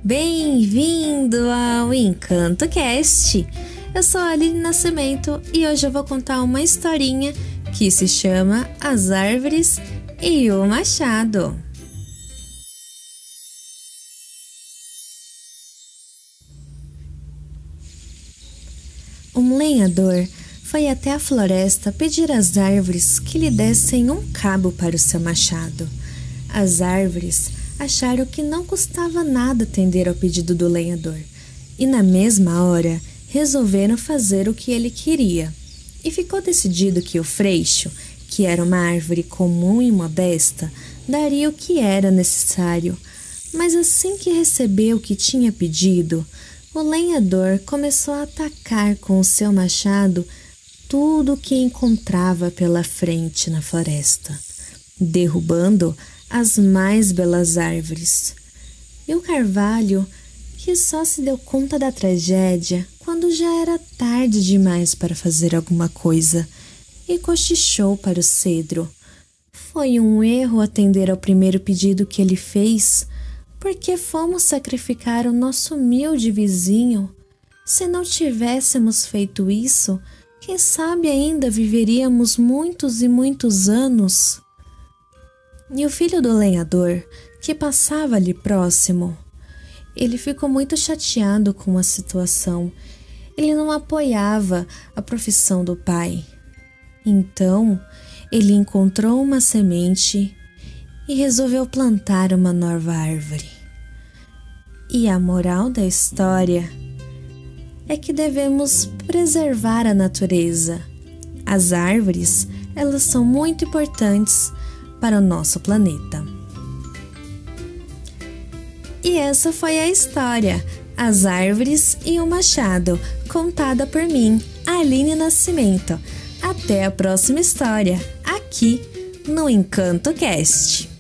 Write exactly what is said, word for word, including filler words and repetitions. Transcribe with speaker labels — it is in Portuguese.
Speaker 1: Bem-vindo ao Encanto Cast! Eu sou a Aline Nascimento e hoje eu vou contar uma historinha que se chama As Árvores e o Machado. Um lenhador foi até a floresta pedir às árvores que lhe dessem um cabo para o seu machado. As árvores acharam que não custava nada atender ao pedido do lenhador e, na mesma hora, resolveram fazer o que ele queria. E ficou decidido que o freixo, que era uma árvore comum e modesta, daria o que era necessário. Mas assim que recebeu o que tinha pedido, o lenhador começou a atacar com o seu machado tudo o que encontrava pela frente na floresta, derrubando as mais belas árvores. E o carvalho, que só se deu conta da tragédia quando já era tarde demais para fazer alguma coisa, e cochichou para o cedro. Foi um erro atender ao primeiro pedido que ele fez, porque fomos sacrificar o nosso humilde vizinho. Se não tivéssemos feito isso, quem sabe ainda viveríamos muitos e muitos anos. E o filho do lenhador, que passava ali próximo, ele ficou muito chateado com a situação. Ele não apoiava a profissão do pai. Então, ele encontrou uma semente e resolveu plantar uma nova árvore. E a moral da história é que devemos preservar a natureza. As árvores, elas são muito importantes para o nosso planeta. E essa foi a história, As Árvores e o Machado, contada por mim, Aline Nascimento. Até a próxima história, aqui no Encanto Cast.